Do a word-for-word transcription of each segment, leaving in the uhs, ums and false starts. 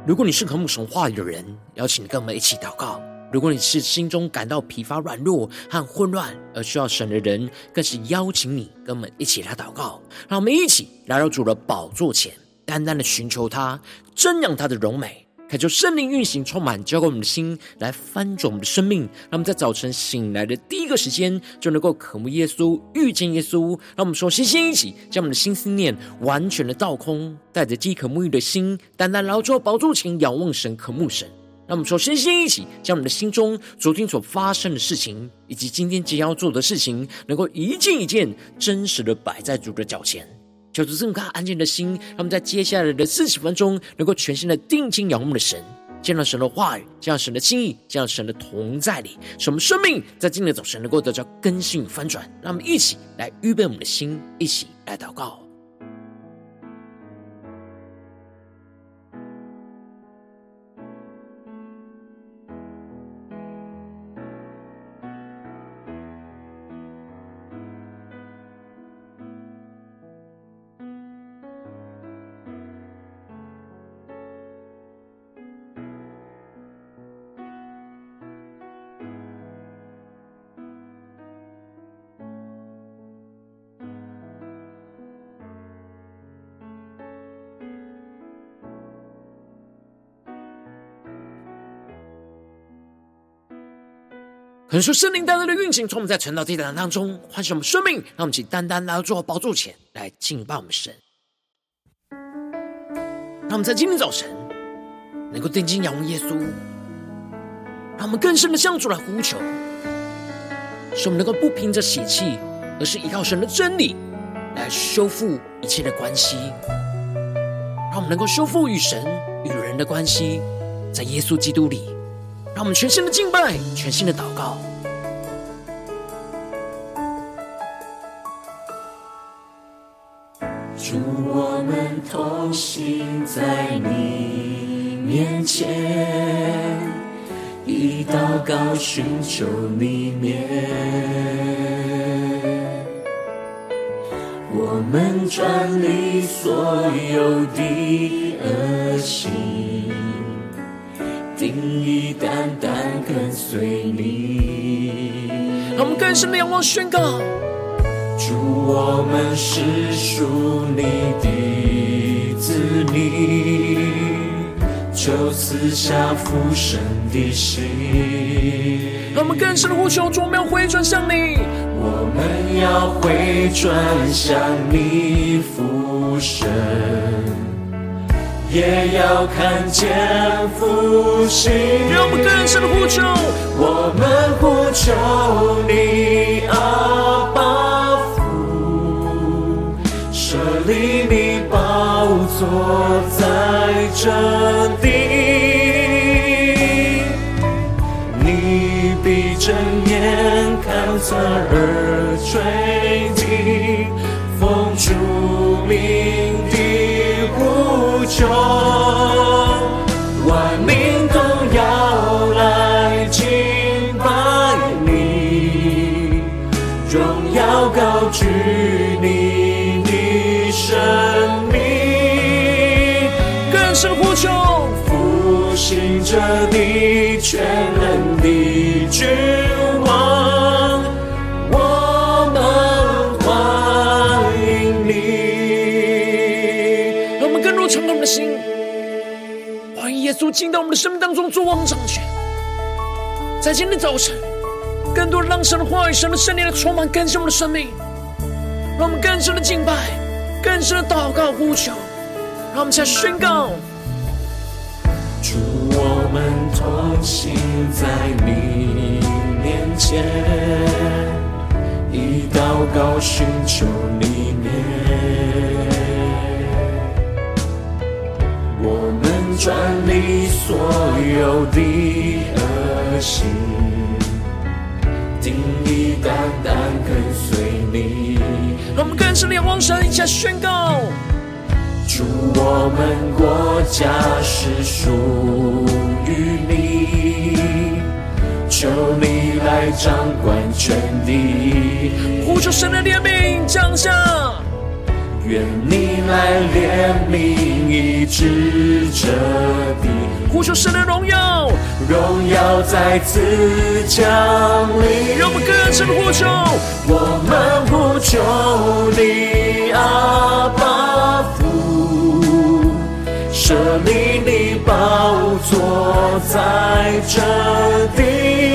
如果你是渴慕神话语的人，邀请你跟我们一起祷告。如果你是心中感到疲乏软弱和混乱而需要神的人，更是邀请你跟我们一起来祷告。让我们一起来到主的宝座前，单单的寻求他，瞻仰他的荣美，恳求圣灵运行充满，浇灌我们的心，来翻转我们的生命。让我们在早晨醒来的第一个时间，就能够渴慕耶稣，遇见耶稣。让我们说先先一起将我们的心思念完全的倒空，带着饥渴沐浴的心，单单来到宝座前仰望神，渴慕神。让我们说先先一起将我们的心中昨天所发生的事情，以及今天即将要做的事情，能够一件一件真实的摆在主的脚前。求主赐我们安静的心，让我们在接下来的四十分钟能够全心的定睛仰望的神，见到神的话语，见到神的心意，见到神的同在里，使我们生命在今天的早晨能够得到更新与翻转。让我们一起来预备我们的心，一起来祷告。可能说圣灵单单的运行，从我们在晨祷祭坛当中唤醒我们生命，让我们请单单来到主的宝座前来敬拜我们神。让我们在今天早晨能够定睛仰望耶稣，让我们更深的向主来呼求，使我们能够不凭着血气，而是依靠神的真理来修复一切的关系，让我们能够修复与神与人的关系，在耶稣基督里。让我们全心的敬拜，全心的祷告。 主，我们同行在你面前，以祷告寻求你面，我们专离所有的恶行，定义单单跟随你。 让我们更深的仰望宣告， 主，我们是属你的子民，求赐下父神的心。 让我们更深的呼求，主，我们要回转向你， 我们要回转向你父神，也要看见复兴。 让我们更深的呼求， 我们呼求你阿爸父，设立你宝座在这地，你必睁眼看侧耳垂听，奉主名的呼求，万民都要来敬拜你，荣耀高举你的生命， 更深呼求， 复兴着你全能的君王，我们欢迎你。 让我们更入敞开我们的心，欢迎耶稣进到我们的生命当中，作王掌权。在今天早晨，更多让神的话语、神的圣灵来充满更新我们的生命，让我们更深的敬拜，更深的祷告呼求。让我们一起来宣告， 主，我们同行在你面前，以祷告寻求你面，我们专离所有的恶行，定义单单跟随你。 让我们更深的仰望神，一起来宣告， 主，我们国家是属于你，求你来掌管全地， 呼求神的怜悯降下， 愿你来怜悯以必指着地。 呼求神的荣耀， 荣耀再次降临。 让我们更深的呼求， 我们呼求你，阿爸父，设立你宝座在这地，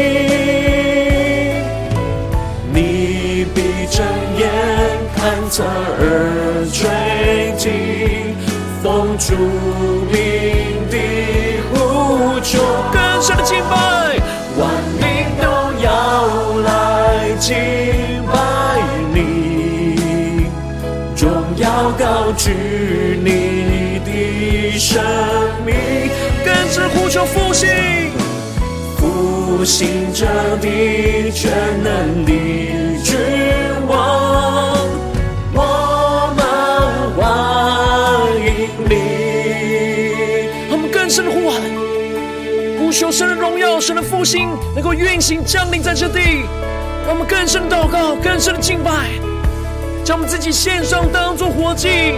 你必睁眼看侧耳垂听，奉主名的呼求。 更深的敬拜， 万民都要来敬拜你，荣耀高举你的生命。 更深呼求复兴， 复兴这地全能的君王，我们欢迎你。 我们更深的呼喊，呼求神的荣耀，神的复兴能够运行降临在这地。让我们更深的祷告，更深的敬拜，将我们自己献上当作活祭。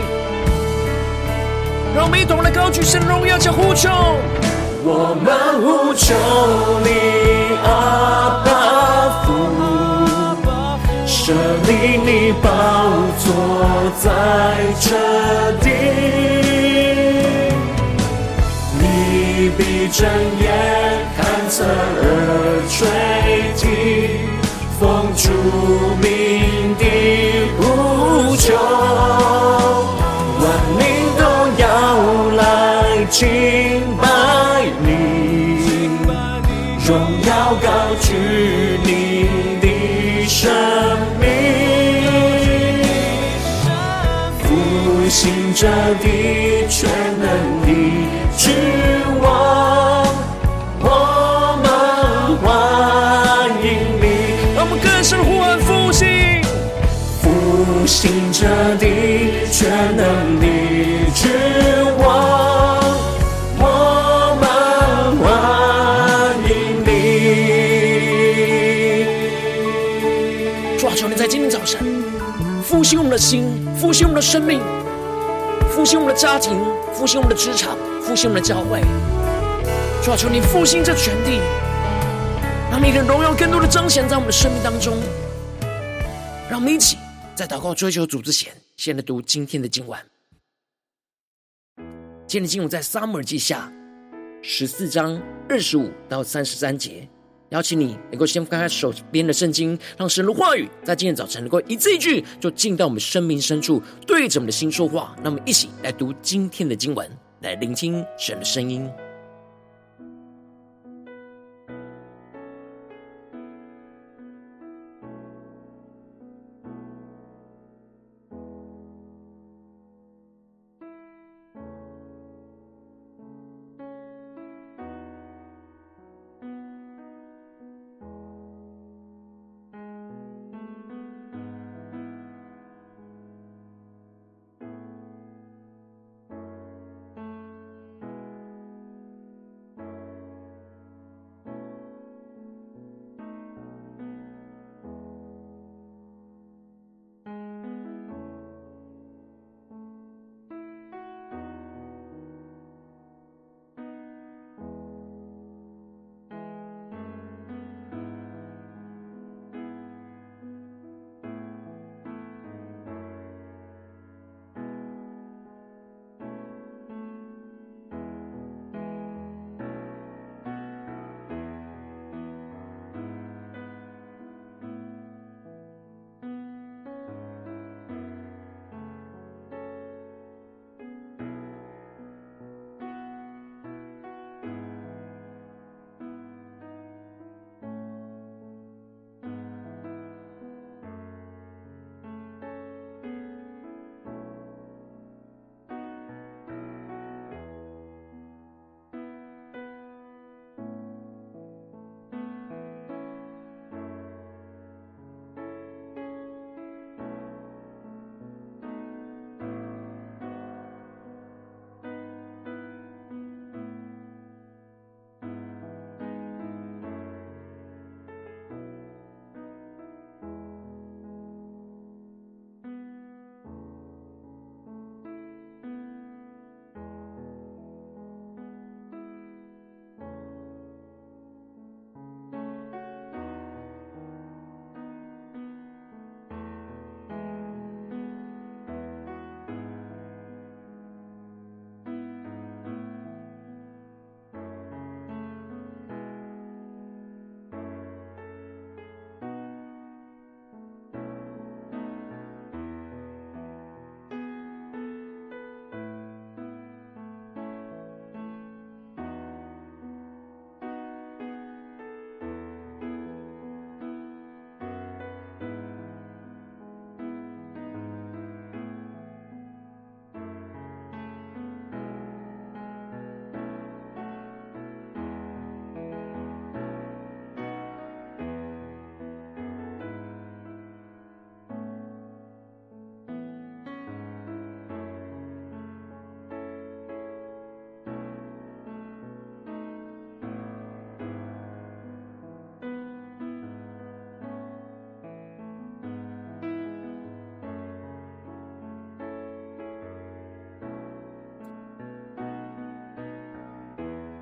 让我们一同来高举神的荣耀，加呼求。 我们呼求你，阿爸父，设立你宝座在这地，你必睁眼看侧耳垂听，奉主名的呼求，万民都要来敬拜你，荣耀高举你的生命，复兴这地全能的君王，我们欢迎你。 让我们更深的呼喊复兴， 复兴这地全能的君王，我们欢迎你。 主啊，求你在今天早晨复兴我们的心，复兴我们的生命，复兴我们的家庭，复兴我们的职场，复兴我们的教会。主啊，求你复兴这全地，让你的荣耀更多的彰显在我们的生命当中。让我们一起在祷告追求主之前，先来读今天的经文。今天的经文在撒母耳记下十四章二十五到三十三节。邀请你能够先翻开手边的圣经，让神的话语在今天早晨能够一字一句就进到我们生命深处，对着我们的心说话。那么一起来读今天的经文，来聆听神的声音。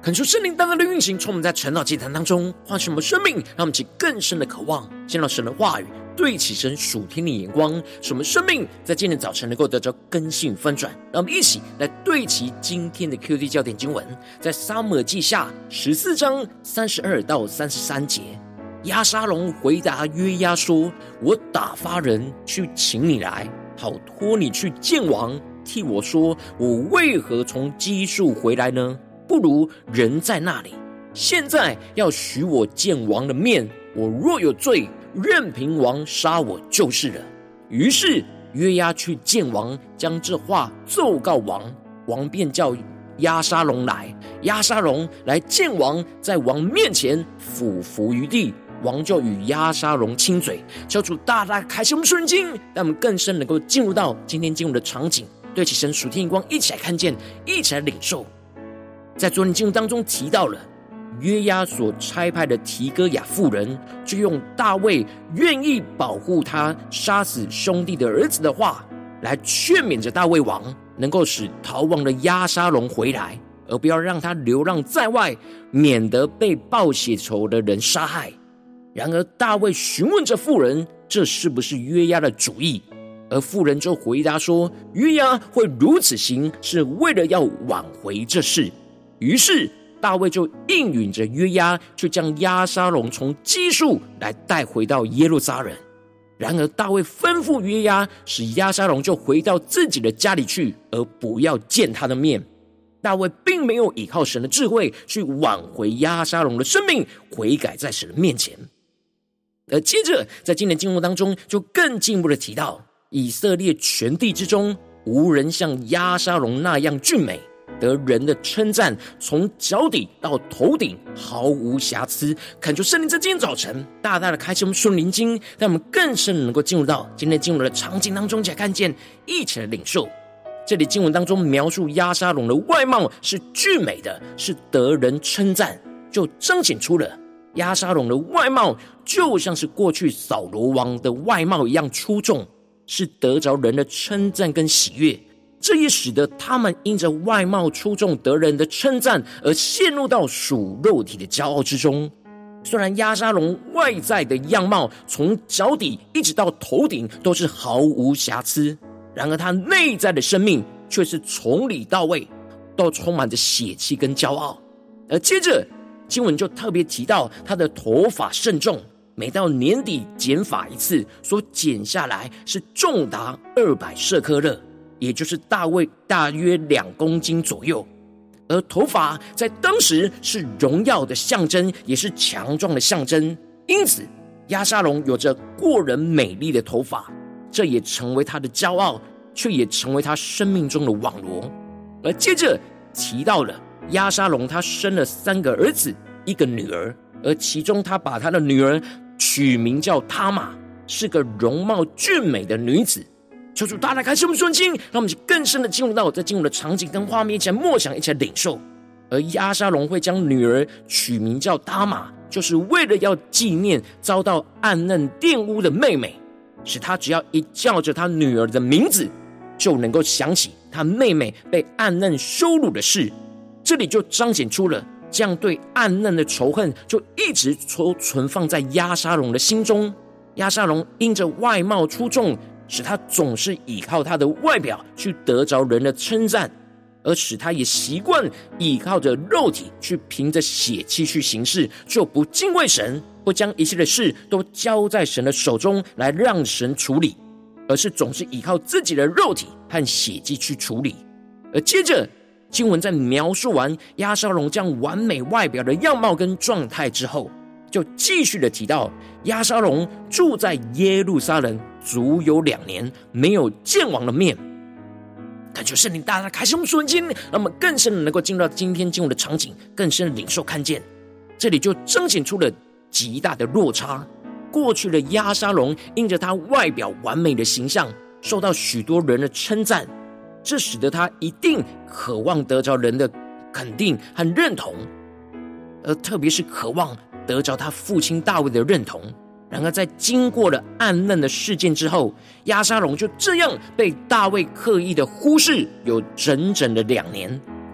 恳求圣灵单单的运行，充满在晨祷祭坛当中，唤醒我们生命，让我们起更深的渴望见到神的话语，对齐神属天的眼光，使我们生命在今天早晨能够得着更新翻转。让我们一起来对齐今天的 Q T 焦点经文，在撒母耳记下十四章三十二到三十三节。押沙龙回答约押说：我打发人去请你来，好托你去见王，替我说我为何从基述回来呢？不如人在那里。现在要许我见王的面，我若有罪，任凭王杀我就是了。于是约押去见王，将这话奏告王，王便叫押沙龙来。押沙龙来见王，在王面前俯伏于地，王就与押沙龙亲嘴。求主大大开启我们圣经，让我们更深能够进入到今天进入的场景，对起神属天眼光，一起来看见，一起来领受。在昨天经文当中提到了约押所差派的提哥亚妇人，就用大卫愿意保护他杀死兄弟的儿子的话，来劝勉着大卫王能够使逃亡的押沙龙回来，而不要让他流浪在外，免得被报血仇的人杀害。然而大卫询问这妇人，这是不是约押的主意？而妇人就回答说，约押会如此行，是为了要挽回这事。于是大卫就应允着约押，去将押沙龙从基述来带回到耶路撒冷。然而大卫吩咐约押，使押沙龙就回到自己的家里去，而不要见他的面。大卫并没有依靠神的智慧去挽回押沙龙的生命，悔改在神的面前。而接着在今天经文当中，就更进一步的提到，以色列全地之中，无人像押沙龙那样俊美，得人的称赞，从脚底到头顶毫无瑕疵。恳求圣灵在今天早晨大大的开启我们属灵经，让我们更深能够进入到今天进入的场景当中，才看见，一起来领受。这里经文当中描述押沙龙的外貌是俊美的，是得人称赞，就彰显出了押沙龙的外貌就像是过去扫罗王的外貌一样出众，是得着人的称赞跟喜悦。这也使得他们因着外貌出众得人的称赞，而陷入到属肉体的骄傲之中。虽然押沙龙外在的样貌从脚底一直到头顶都是毫无瑕疵，然而他内在的生命却是从里到外都充满着血气跟骄傲。而接着经文就特别提到他的头发甚重，每到年底剪发一次，所剪下来是重达二百舍客勒，也就是大卫大约两公斤左右。而头发在当时是荣耀的象征，也是强壮的象征，因此押沙龙有着过人美丽的头发，这也成为他的骄傲，却也成为他生命中的网罗。而接着提到了押沙龙他生了三个儿子一个女儿，而其中他把他的女儿取名叫他玛，是个容貌俊美的女子。求主大大开启我们顺经，让我们更深的进入到在进入的场景跟画面，一起来默想，一起来领受。而押沙龙会将女儿取名叫他玛，就是为了要纪念遭到暗嫩玷污的妹妹，使他只要一叫着他女儿的名字，就能够想起他妹妹被暗嫩羞辱的事。这里就彰显出了这样对暗嫩的仇恨，就一直存放在押沙龙的心中。押沙龙因着外貌出众，使他总是依靠他的外表去得着人的称赞，而使他也习惯依靠着肉体去凭着血气去行事，就不敬畏神，不将一切的事都交在神的手中来让神处理，而是总是依靠自己的肉体和血气去处理。而接着经文在描述完押沙龙这样完美外表的样貌跟状态之后，就继续的提到押沙龙住在耶路撒冷足有两年，没有见王的面。感谢圣灵大大开启我们属灵经，让我们更深的能够进入到今天经文的场景，更深的领受看见。这里就彰显出了极大的落差。过去的押沙龙因着他外表完美的形象，受到许多人的称赞，这使得他一定渴望得着人的肯定和认同，而特别是渴望得着他父亲大卫的认同。然而在经过了暗嫩的事件之后，押沙龙就这样被大卫刻意的忽视，有整整的两年。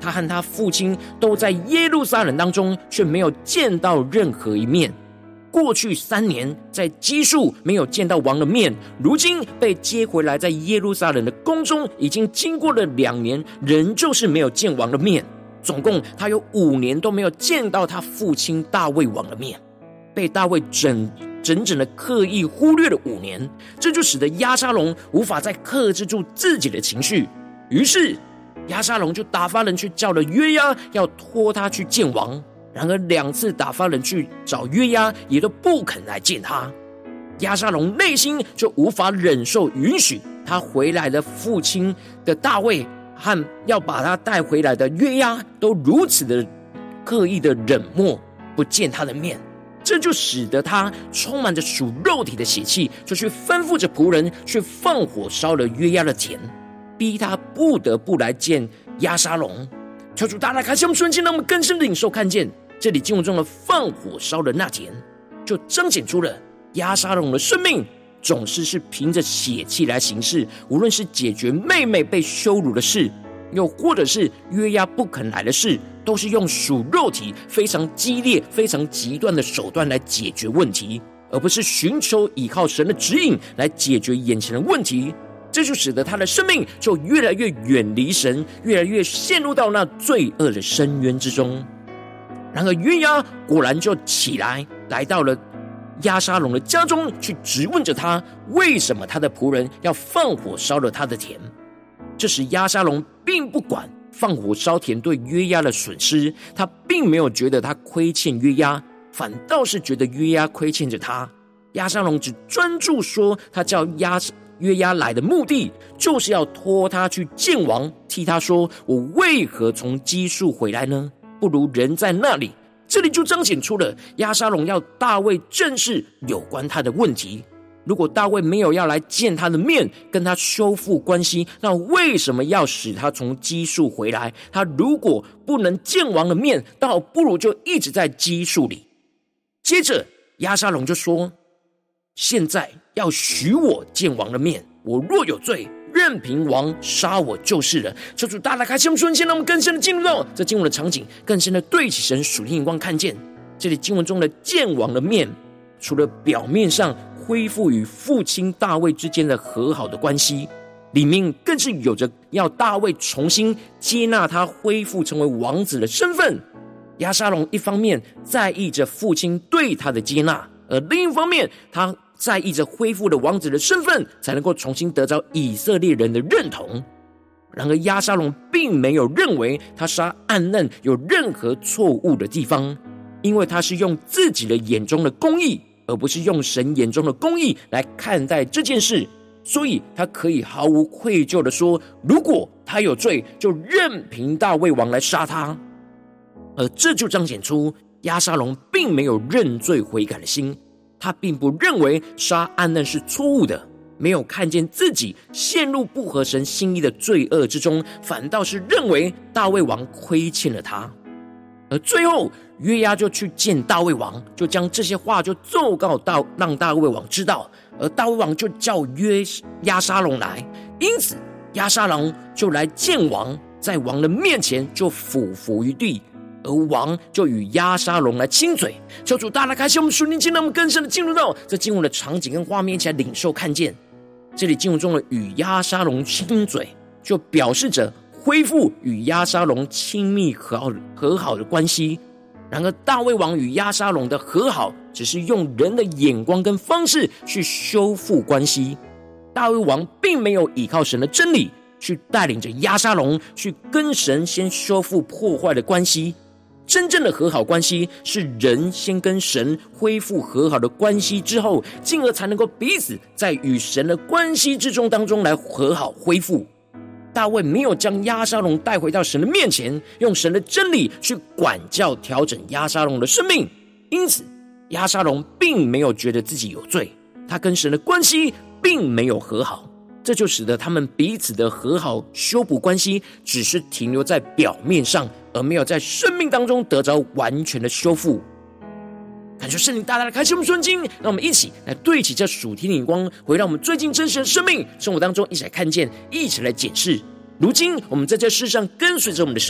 他和他父亲都在耶路撒冷当中，却没有见到任何一面。过去三年在基述没有见到王的面，如今被接回来在耶路撒冷的宫中，已经经过了两年，仍旧是没有见王的面。总共他有五年都没有见到他父亲大卫王的面，被大卫整整整的刻意忽略了五年，这就使得押沙龙无法再克制住自己的情绪。于是押沙龙就打发人去叫了约押，要拖他去见王。然而两次打发人去找约押，也都不肯来见他。押沙龙内心就无法忍受允许他回来的父亲的大卫和要把他带回来的约押都如此的刻意的冷漠，不见他的面。这就使得他充满着属肉体的血气，就去吩咐着仆人去放火烧了约押的田，逼他不得不来见押沙龙。求主大大开启我们瞬间，让我们更深的领受看见这里经文中的放火烧了那田，就彰显出了押沙龙的生命总是是凭着血气来行事，无论是解决妹妹被羞辱的事，又或者是约押不肯来的事，都是用属肉体非常激烈非常极端的手段来解决问题，而不是寻求依靠神的指引来解决眼前的问题。这就使得他的生命就越来越远离神，越来越陷入到那罪恶的深渊之中。然而约押果然就起来，来到了押沙龙的家中，去质问着他，为什么他的仆人要放火烧了他的田。这时押沙龙并不管放火烧田对约押的损失，他并没有觉得他亏欠约押，反倒是觉得约押亏欠着他。押沙龙只专注说，他叫押约押来的目的就是要拖他去见王，替他说，我为何从基述回来呢？不如人在那里。这里就彰显出了押沙龙要大卫正视有关他的问题。如果大卫没有要来见他的面，跟他修复关系，那为什么要使他从基述回来？他如果不能见王的面，倒不如就一直在基述里。接着押沙龙就说，现在要许我见王的面，我若有罪，任凭王杀我就是了。求主大大开启我们瞬间，让我们更深的进入到这经文的场景，更深的对齐神属天眼光，看见这里经文中的见王的面，除了表面上恢复与父亲大卫之间的和好的关系，里面更是有着要大卫重新接纳他，恢复成为王子的身份。押沙龙一方面在意着父亲对他的接纳，而另一方面他在意着恢复了王子的身份，才能够重新得到以色列人的认同。然而押沙龙并没有认为他杀暗嫩有任何错误的地方，因为他是用自己的眼中的公义，而不是用神眼中的公义来看待这件事，所以他可以毫无愧疚的说，如果他有罪，就任凭大卫王来杀他。而这就彰显出押沙龙并没有认罪悔改的心，他并不认为杀暗嫩是错误的，没有看见自己陷入不合神心意的罪恶之中，反倒是认为大卫王亏欠了他。而最后约押就去见大卫王，就将这些话就奏告到让大卫王知道，而大卫王就叫约押沙龙来，因此押沙龙就来见王，在王的面前就俯伏于地，而王就与押沙龙来亲嘴。求主大大开启我们属灵经，让我们更深的进入到这经文的场景跟画面，一起来领受看见。这里经文中的与押沙龙亲嘴，就表示着恢复与押沙龙亲密和好和好的关系。然而大卫王与押沙龙的和好，只是用人的眼光跟方式去修复关系。大卫王并没有依靠神的真理，去带领着押沙龙去跟神先修复破坏的关系。真正的和好关系是人先跟神恢复和好的关系之后，进而才能够彼此在与神的关系之中当中来和好恢复。大卫没有将押沙龙带回到神的面前，用神的真理去管教调整押沙龙的生命，因此押沙龙并没有觉得自己有罪，他跟神的关系并没有和好，这就使得他们彼此的和好修补关系只是停留在表面上，而没有在生命当中得着完全的修复。感谢圣灵大大的开启我们顺经，让我们一起来对齐这属天的眼光，回到我们最近真实的生命生活当中，一起来看见，一起来检视。如今我们在这世上跟随着我们的神，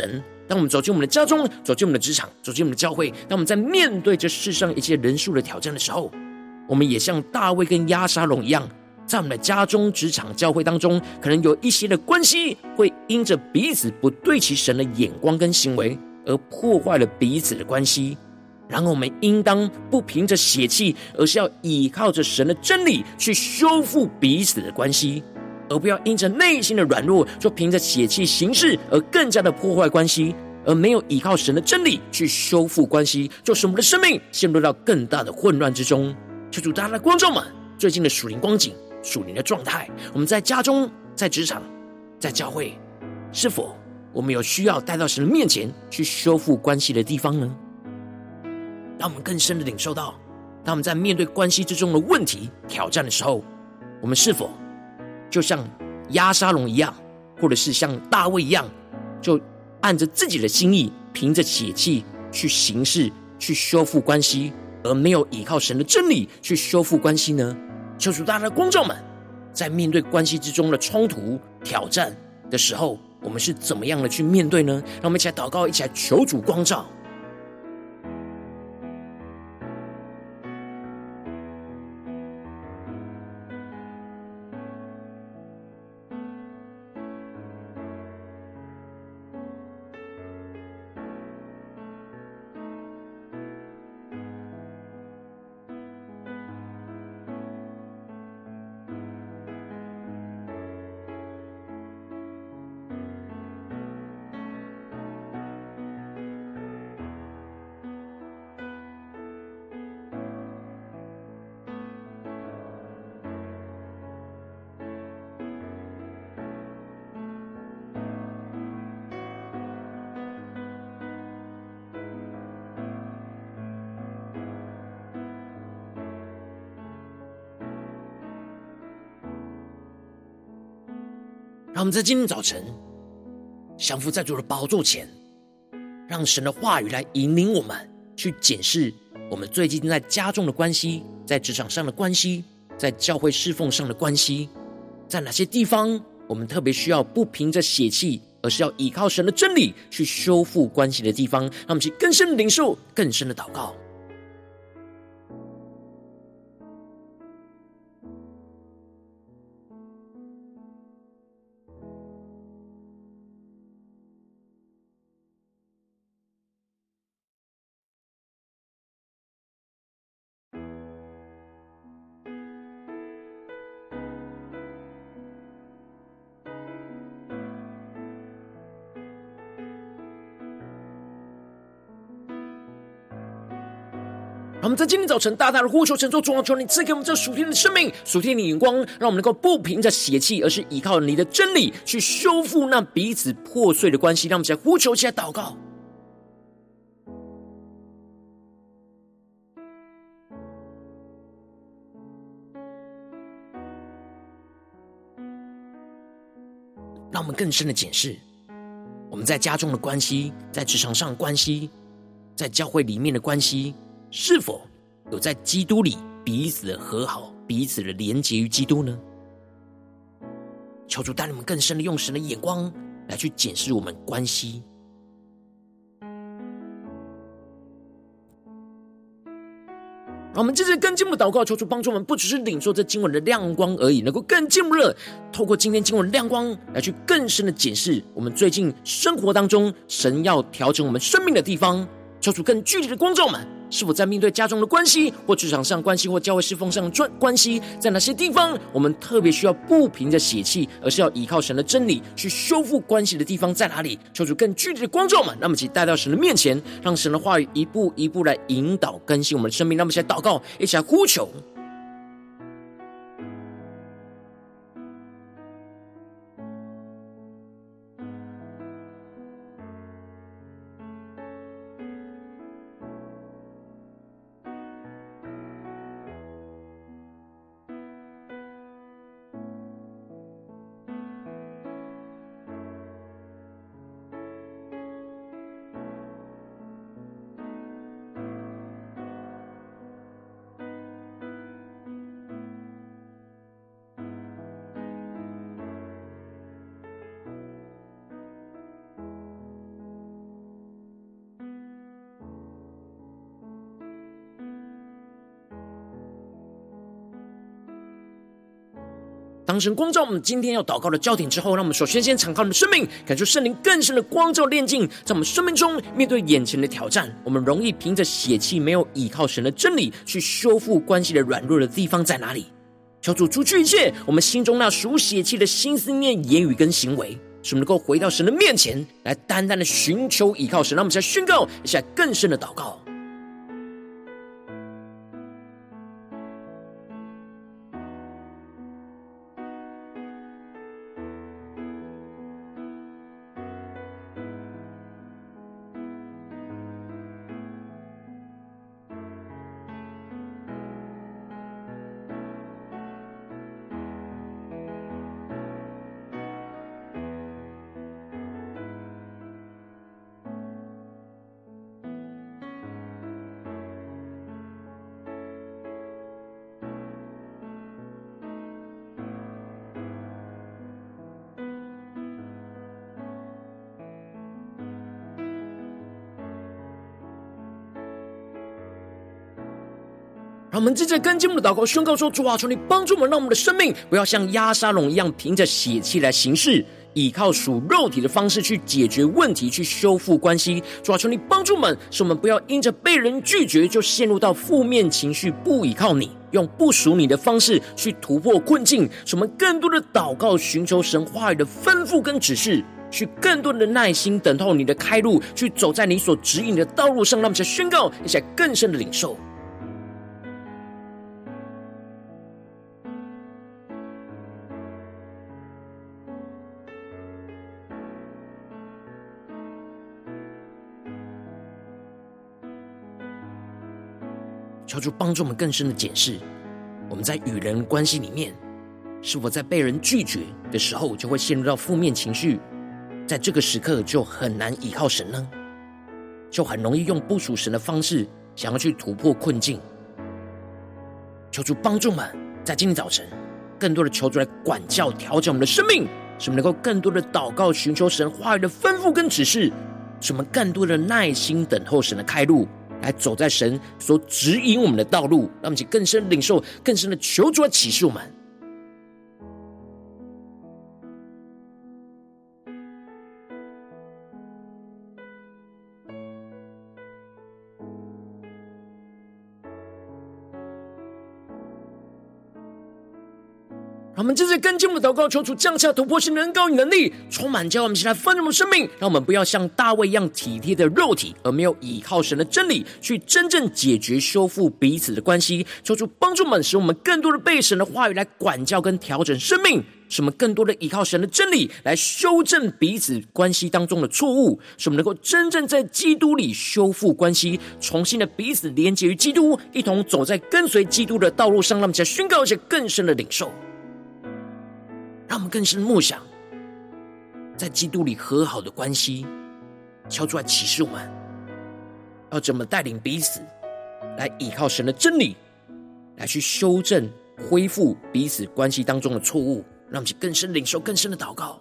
当我们走进我们的家中，走进我们的职场，走进我们的教会，当我们在面对这世上一切人数的挑战的时候，我们也像大卫跟押沙龙一样，在我们的家中、职场、教会当中，可能有一些的关系会因着彼此不对齐神的眼光跟行为，而破坏了彼此的关系。然而我们应当不凭着血气，而是要倚靠着神的真理去修复彼此的关系，而不要因着内心的软弱，就凭着血气行事，而更加的破坏关系，而没有依靠神的真理去修复关系，就使我们的生命陷入到更大的混乱之中。求主大家的观众们，最近的属灵光景、属灵的状态，我们在家中、在职场、在教会，是否我们有需要带到神的面前去修复关系的地方呢？让我们更深的领受到，当我们在面对关系之中的问题、挑战的时候，我们是否就像押沙龙一样，或者是像大卫一样，就按着自己的心意，凭着血气去行事，去修复关系，而没有依靠神的真理去修复关系呢？求主大家的观众们，在面对关系之中的冲突、挑战的时候，我们是怎么样的去面对呢？让我们一起来祷告，一起来求主光照。让我们在今天早晨降服在主的宝座前，让神的话语来引领我们去检视我们最近在家中的关系，在职场上的关系，在教会侍奉上的关系，在哪些地方我们特别需要不凭着血气，而是要依靠神的真理去修复关系的地方。让我们去更深的领受，更深的祷告。让我们在今天早晨大大的呼求神说，主啊，求你赐给我们这属天的生命、属天的眼光，让我们能够不凭着血气，而是依靠你的真理去修复那彼此破碎的关系。让我们一起来呼求，一起来祷告。让我们更深的检视我们在家中的关系，在职场上的关系，在教会里面的关系，是否有在基督里彼此的和好，彼此的连结于基督呢？求主带你们更深的用神的眼光来去检视我们关系。让我们接着更进一步的祷告，求主帮助我们，不只是领受这经文的亮光而已，能够更进一步的透过今天经文的亮光来去更深的检视我们最近生活当中神要调整我们生命的地方。求主更具体的光照们，是否在面对家中的关系，或职场上关系，或教会侍奉上的关系，在哪些地方我们特别需要不凭着血气，而是要依靠神的真理去修复关系的地方在哪里？求主更具体的光照们，让我们一起带到神的面前，让神的话语一步一步来引导更新我们的生命。让我们一起来祷告，一起来呼求。 当神光照我们今天要祷告的焦点之后，让我们首先先敞开我们的生命，感受圣灵更深的光照炼净，在我们生命中面对眼前的挑战，我们容易凭着血气没有依靠神的真理去修复关系的软弱的地方在哪里？求主除去一切我们心中那属血气的心思念言语跟行为，使我们能够回到神的面前来单单的寻求依靠神。让我们再宣告一下更深的祷告。让我们接着跟进我们的祷告宣告说，主啊，求你帮助我们，让我们的生命不要像押沙龙一样凭着血气来行事，依靠属肉体的方式去解决问题，去修复关系。主啊，求你帮助我们，使我们不要因着被人拒绝就陷入到负面情绪，不依靠你，用不属你的方式去突破困境。使我们更多的祷告，寻求神话语的吩咐跟指示，去更多的耐心等候你的开路，去走在你所指引的道路上。让我们再宣告一下更深的领受。求主帮助我们更深的检视，我们在与人关系里面，是否在被人拒绝的时候，就会陷入到负面情绪，在这个时刻就很难依靠神呢？就很容易用不属神的方式，想要去突破困境。求主帮助我们，在今天早晨，更多的求主来管教、调整我们的生命，使我们能够更多的祷告，寻求神话语的吩咐跟指示，使我们更多的耐心等候神的开路，来走在神所指引我们的道路。让我们去更深领受，更深的求主来启示我们。让我们接着跟进我们的祷告，求主降下突破性的恩膏与能力，充满教我们，一起来丰盛我们生命。让我们不要像大卫一样体贴的肉体，而没有依靠神的真理，去真正解决修复彼此的关系。求主帮助我们，使我们更多的被神的话语来管教跟调整生命，使我们更多的依靠神的真理来修正彼此关系当中的错误，使我们能够真正在基督里修复关系，重新的彼此连结于基督，一同走在跟随基督的道路上。让我们再宣告一些更深的领受，让我们更深的默想，在基督里和好的关系，敲出来启示我们要怎么带领彼此来依靠神的真理，来去修正恢复彼此关系当中的错误。让我们去更深领受，更深的祷告。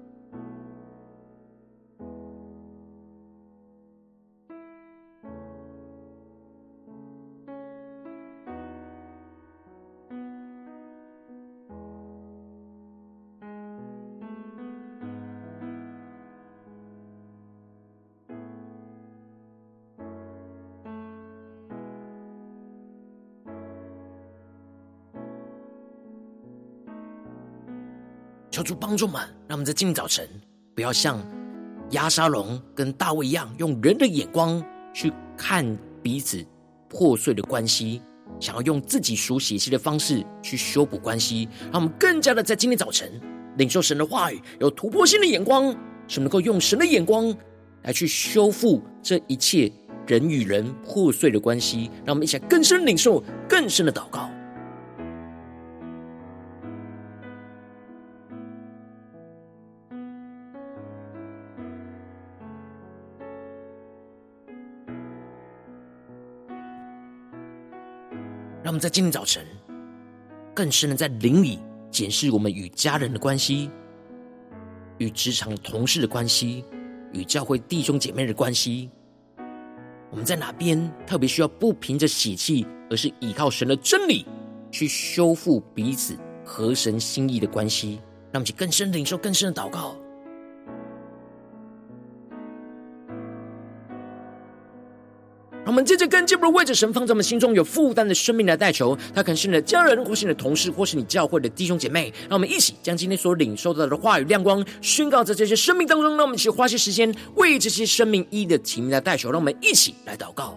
求主帮助我们，让我们在今天早晨不要像押沙龙跟大卫一样，用人的眼光去看彼此破碎的关系，想要用自己属血气的方式去修补关系。让我们更加的在今天早晨领受神的话语，有突破性的眼光，使我们能够用神的眼光来去修复这一切人与人破碎的关系。让我们一起来更深领受，更深的祷告。让我们在今天早晨更深的在灵里检视我们与家人的关系，与职场同事的关系，与教会弟兄姐妹的关系。我们在哪边特别需要不凭着血气，而是依靠神的真理去修复彼此合神心意的关系。让我们去更深领受更深的祷告。让我们接着更进一步的为着神放在我们心中有负担的生命来代求，他可能是你的家人，或是你的同事，或是你教会的弟兄姐妹。让我们一起将今天所领受到的话语亮光宣告在这些生命当中。让我们一起花些时间为这些生命一一的提名来代求。让我们一起来祷告。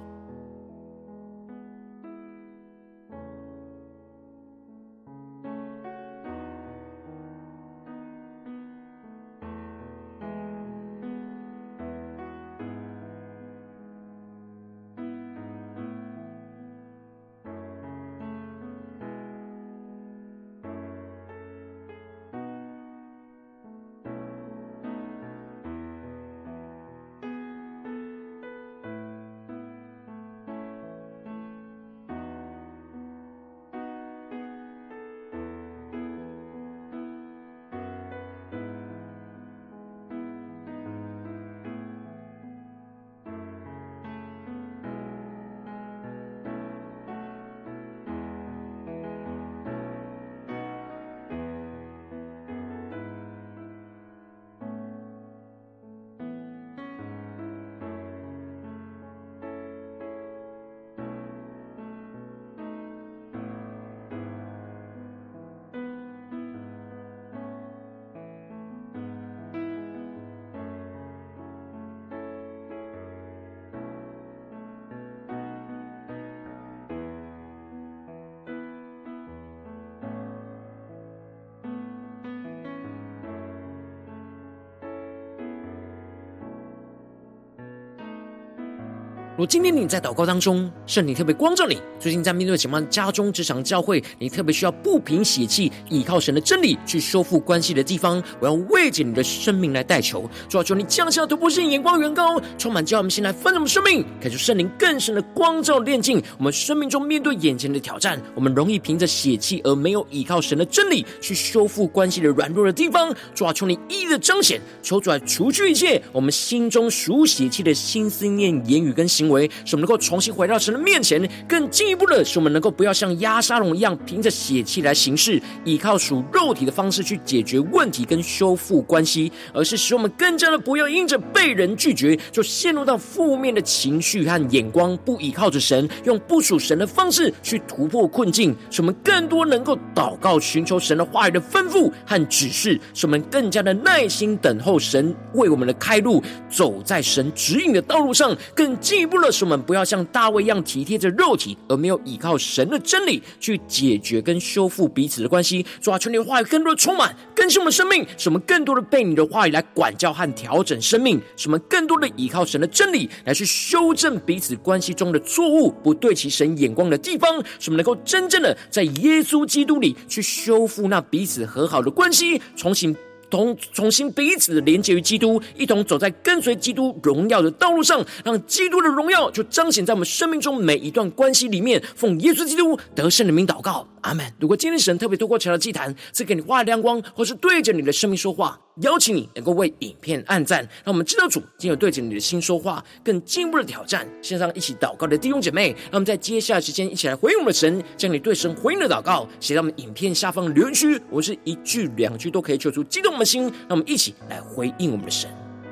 如果今天你在祷告当中，圣灵特别光照你，最近在面对什么家中、职场、教会，你特别需要不凭血气，依靠神的真理去修复关系的地方，我要为着你的生命来代求。主要求你降下突破性眼光远高，充满叫我们先来分盛我们生命，感受圣灵更深的光照炼净我们生命中面对眼前的挑战。我们容易凭着血气而没有依靠神的真理去修复关系的软弱的地方。主要求你一一的彰显，求主来除去一切我们心中属血气的心思念、言语跟行为，使我们能够重新回到神的面前。更进一步的使我们能够不要像押沙龙一样凭着血气来行事，依靠属肉体的方式去解决问题跟修复关系，而是使我们更加的不要因着被人拒绝就陷入到负面的情绪和眼光，不依靠着神，用不属神的方式去突破困境，使我们更多能够祷告寻求神的话语的吩咐和指示，使我们更加的耐心等候神为我们的开路，走在神指引的道路上。更进一步的使我们不要像大卫一样体贴着肉体，而没有依靠神的真理去解决跟修复彼此的关系。主啊，求你的话语更多的充满更新我们的生命，使我们更多的被你的话语来管教和调整生命，使我们更多的依靠神的真理来去修正彼此关系中的错误，不对齐神眼光的地方，使我们能够真正的在耶稣基督里去修复那彼此和好的关系，重新同重新彼此连结于基督，一同走在跟随基督荣耀的道路上，让基督的荣耀就彰显在我们生命中每一段关系里面。奉耶稣基督得胜的名祷告，阿们。如果今天神特别透过晨祷祭坛赐给你话语亮光，或是对着你的生命说话，邀请你能够为影片按赞，让我们知道主今天有对着你的心说话，更进一步的挑战线上一起祷告的弟兄姐妹，让我们在接下来时间一起来回应我们的神，将你对神回应的祷告写在我们影片下方留言区，我是一句两句都可以求出激动我们的心，让我们一起来回应我们的神。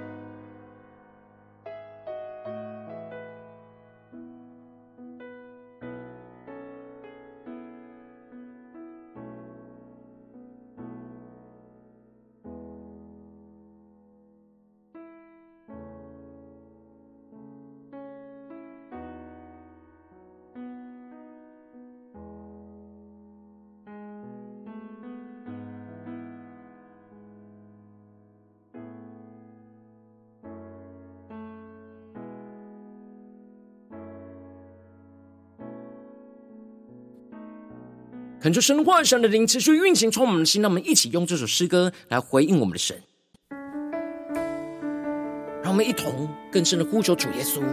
恳求神话神的灵持续运行充满我们的心，让我们一起用这首诗歌来回应我们的神。让我们一同更深的呼求主耶稣，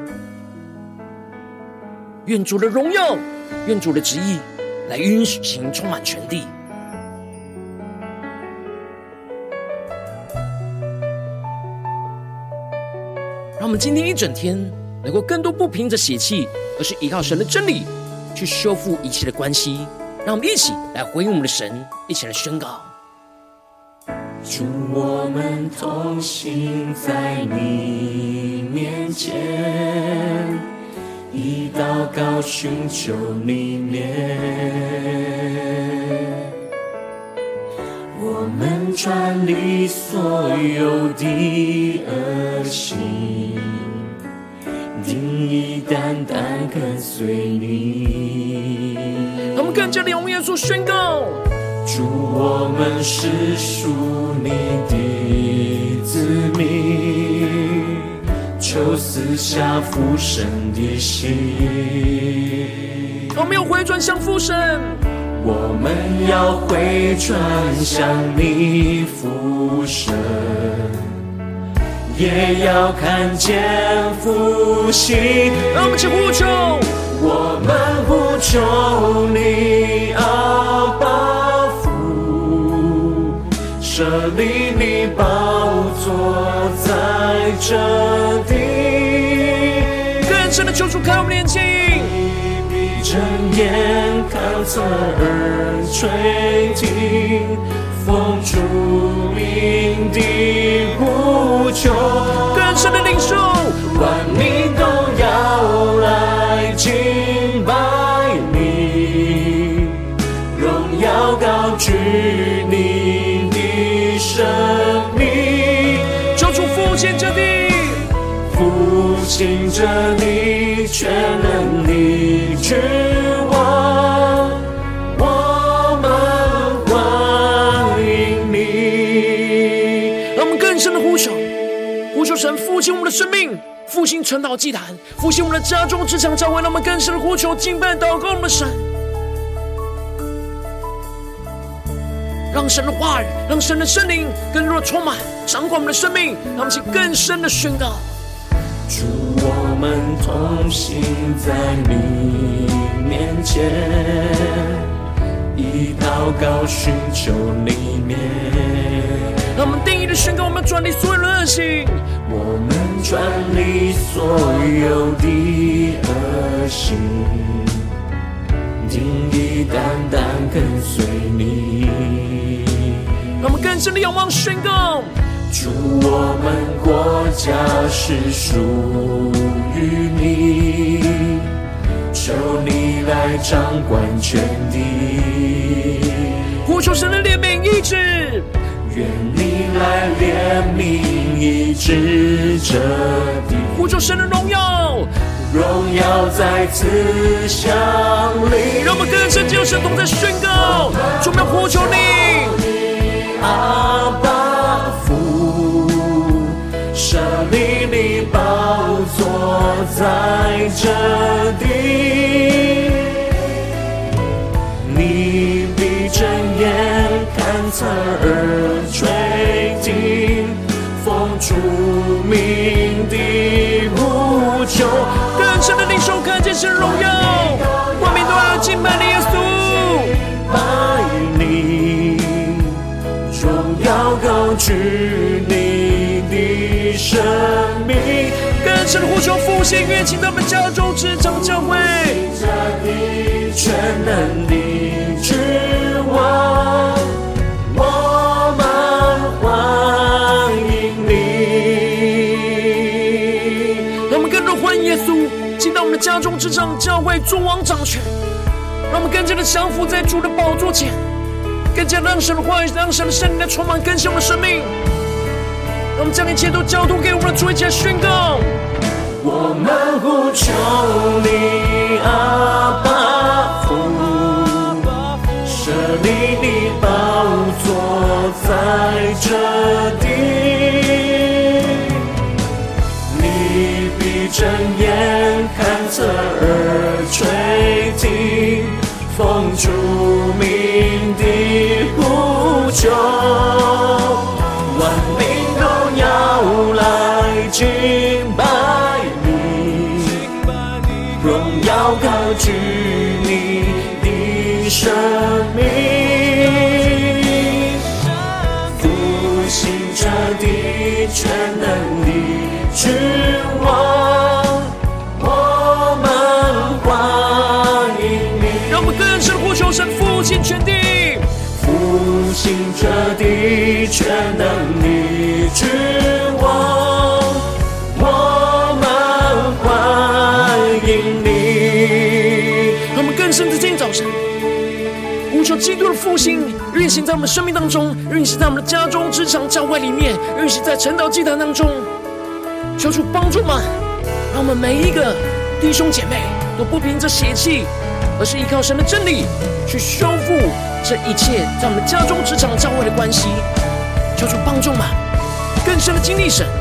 愿主的荣耀，愿主的旨意来运行充满全地。让我们今天一整天能够更多不凭着血气，而是依靠神的真理去修复一切的关系， 让我们一起来回应我们的神，一起来宣告。 主，我们同行在你面前，以祷告寻求你面。我们传离所有的恶行，定义单单跟随你。 让我们更加的用耶稣宣告。 主，我们是属你的子民，求赐下父神的心。 我们要回转向父神， 我们要回转向你父神，也要看见复兴。 让我们一起呼求， 我们呼求你，阿爸，设立你宝座在这地， 更深的求主开我们眼睛， 闭着眼看侧耳垂听，奉主名的呼求， 更深的领受， 万民都要来敬拜你，荣耀高举你生命， 求主复兴这地， 复兴这地，全能的君王，我们欢迎你。 让我们更深的呼求，呼求神复兴我们的生命，复兴晨祷祭坛，复兴我们的家中职场教会。让我们更深的呼求敬拜祷告我们的神，让神的话语，让神的圣灵更多的充满掌管我们的生命。让我们一起更深的宣告。 主，我们同行在你面前，以祷告寻求你面。 让我们定义的宣告，我们转离所有的恶行， 我们转离所有的恶行，定义单单跟随你。 让我们更深的仰望宣告。 主，我们国家是属于你，求你来掌管全地。 呼求神的怜悯医治， 愿你来怜悯医治这地。 呼求神的荣耀， 荣耀再次降临。 让我们更深接受神同在宣告。主，我们呼求你， 阿爸父，设立你宝座在这地，你闭着眼看侧耳垂听，奉主名的呼求， 更深的领受看见神荣耀，万民都要敬拜你耶稣， 拜你，荣耀高举你的生命， 更深的呼求复兴，愿请到我们家中职场教会， 这地全能的君王，我们欢迎你。 让我们更多欢迎耶稣进到我们的家中职场教会作王掌权，让我们更加的降服在主的宝座前，更加让神的话语，让神的圣灵来充满更新我们的生命。让我们将一切都交托给我们的主，一起来宣告。 我们呼求你，阿爸父，设立你宝座在这地，你闭着眼看侧耳垂听，奉主名的呼求，万民都要来敬拜你，荣耀高举你的生命，复兴这地全能的君王，我们欢迎你。 让我们更深的呼求神复心这地全能你君王，我们欢迎你。 让我们更深的今天早晨呼求基督的复兴运行在我们生命当中，运行在我们的家中、职场、教会里面，运行在晨祷祭坛当中。求主帮助们，让我们每一个弟兄姐妹都不凭着血气，而是依靠神的真理去修复这一切在我们的家中、职场、教会的关系。求主帮助们更深的经历神，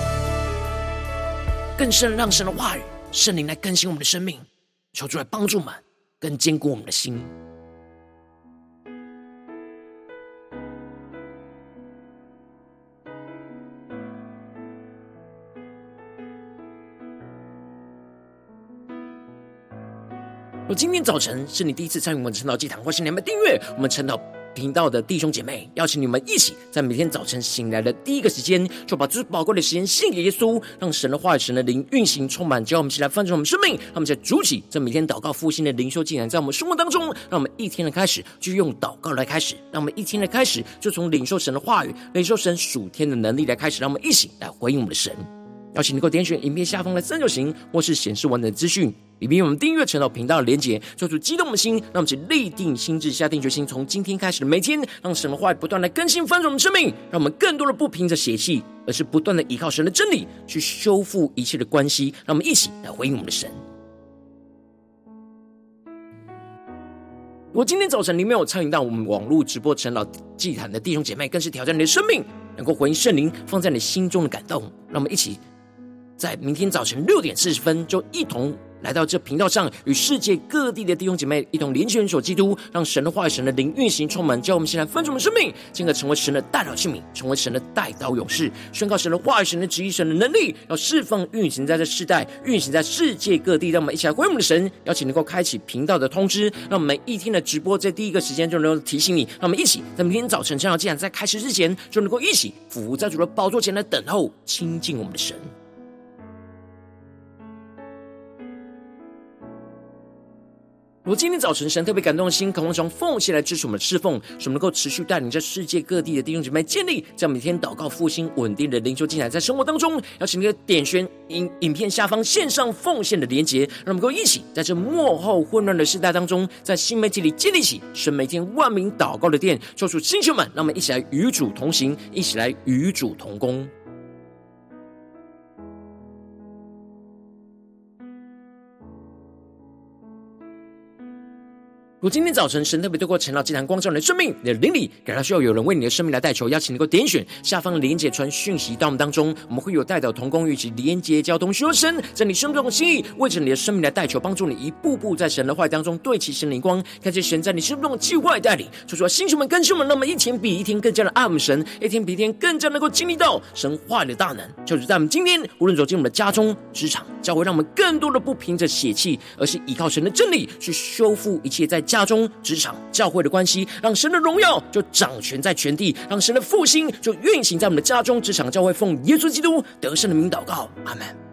更深的让神的话语、圣灵来更新我们的生命。求主来帮助们更坚固我们的心。如果今天早晨是你第一次参与我们晨祷祭坛，或是你们订阅我们晨祷频道的弟兄姐妹，邀请你们一起在每天早晨醒来的第一个时间，就把最宝贵的时间献给耶稣，让神的话语、神的灵运行充满，叫我们一起来翻转我们生命。让我们在主起这每天祷告复兴的灵修进展在我们生活当中，让我们一天的开始就用祷告来开始，让我们一天的开始就从领受神的话语、领受神属天的能力来开始，让我们一起来回应我们的神。邀请能够点选影片下方的三角形，或是显示完整的资讯，里面有我们订阅晨祷频道的连结，做出激动的心，让我们一起立定心志，下定决心，从今天开始的每天，让神的话语不断来更新翻转我们生命，让我们更多的不凭着血气，而是不断的依靠神的真理去修复一切的关系。让我们一起来回应我们的神。如果今天早晨你没有参与到我们网络直播晨祷祭坛的弟兄姐妹，更是挑战你的生命，能够回应圣灵放在你心中的感动。让我们一起在明天早晨六点四十分，就一同来到这频道上，与世界各地的弟兄姐妹一同联结所基督，让神的话语、神的灵运行充满，叫我们先来分盛我们生命，进而成为神的代祷器皿，成为神的代祷勇士，宣告神的话语、神的旨意、神的能力，要释放运行在这世代，运行在世界各地。让我们一起来回应我们的神，邀请能够开启频道的通知，让我们每一天的直播在第一个时间就能够提醒你。让我们一起在明天早晨晨祷祭坛在开始之前，就能够一起俯伏在主的宝座前来等候亲近我们的神。如果今天早晨神特别感动的心，渴望从奉献来支持我们的侍奉，使我们能够持续带领在世界各地的弟兄姐妹建立这样每天祷告复兴稳定的灵修进来，在生活当中，邀请你点选影影片下方线上奉献的连结，让我们能够一起在这末后混乱的时代当中，在新媒体里建立起神每天万名祷告的殿。求主星球们，让我们一起来与主同行，一起来与主同工。如果今天早晨神特别透过晨祷祭坛光照你的生命，你的灵里感到需要有人为你的生命来代求，邀请能够点选下方的连结传讯息到我们当中，我们会有代祷同工一起连结交通，寻求神在你生命中的心意，为着你的生命来代求，帮助你一步步在神的话语当中对齐神灵光，看见神在你生命中的计划带领。求主星球们、跟兄们，让我们一天比一天更加的爱我们神，一天比一天更加能够经历到神话语的大能。求主在我们今天无论走进我们的家中、职场、教会，让我们更多的不凭着血气，而是依靠神的真理去修复一切在家中、职场、教会的关系，让神的荣耀就掌权在全地，让神的复兴就运行在我们的家中、职场、教会。奉耶稣基督得胜的名祷告，阿们。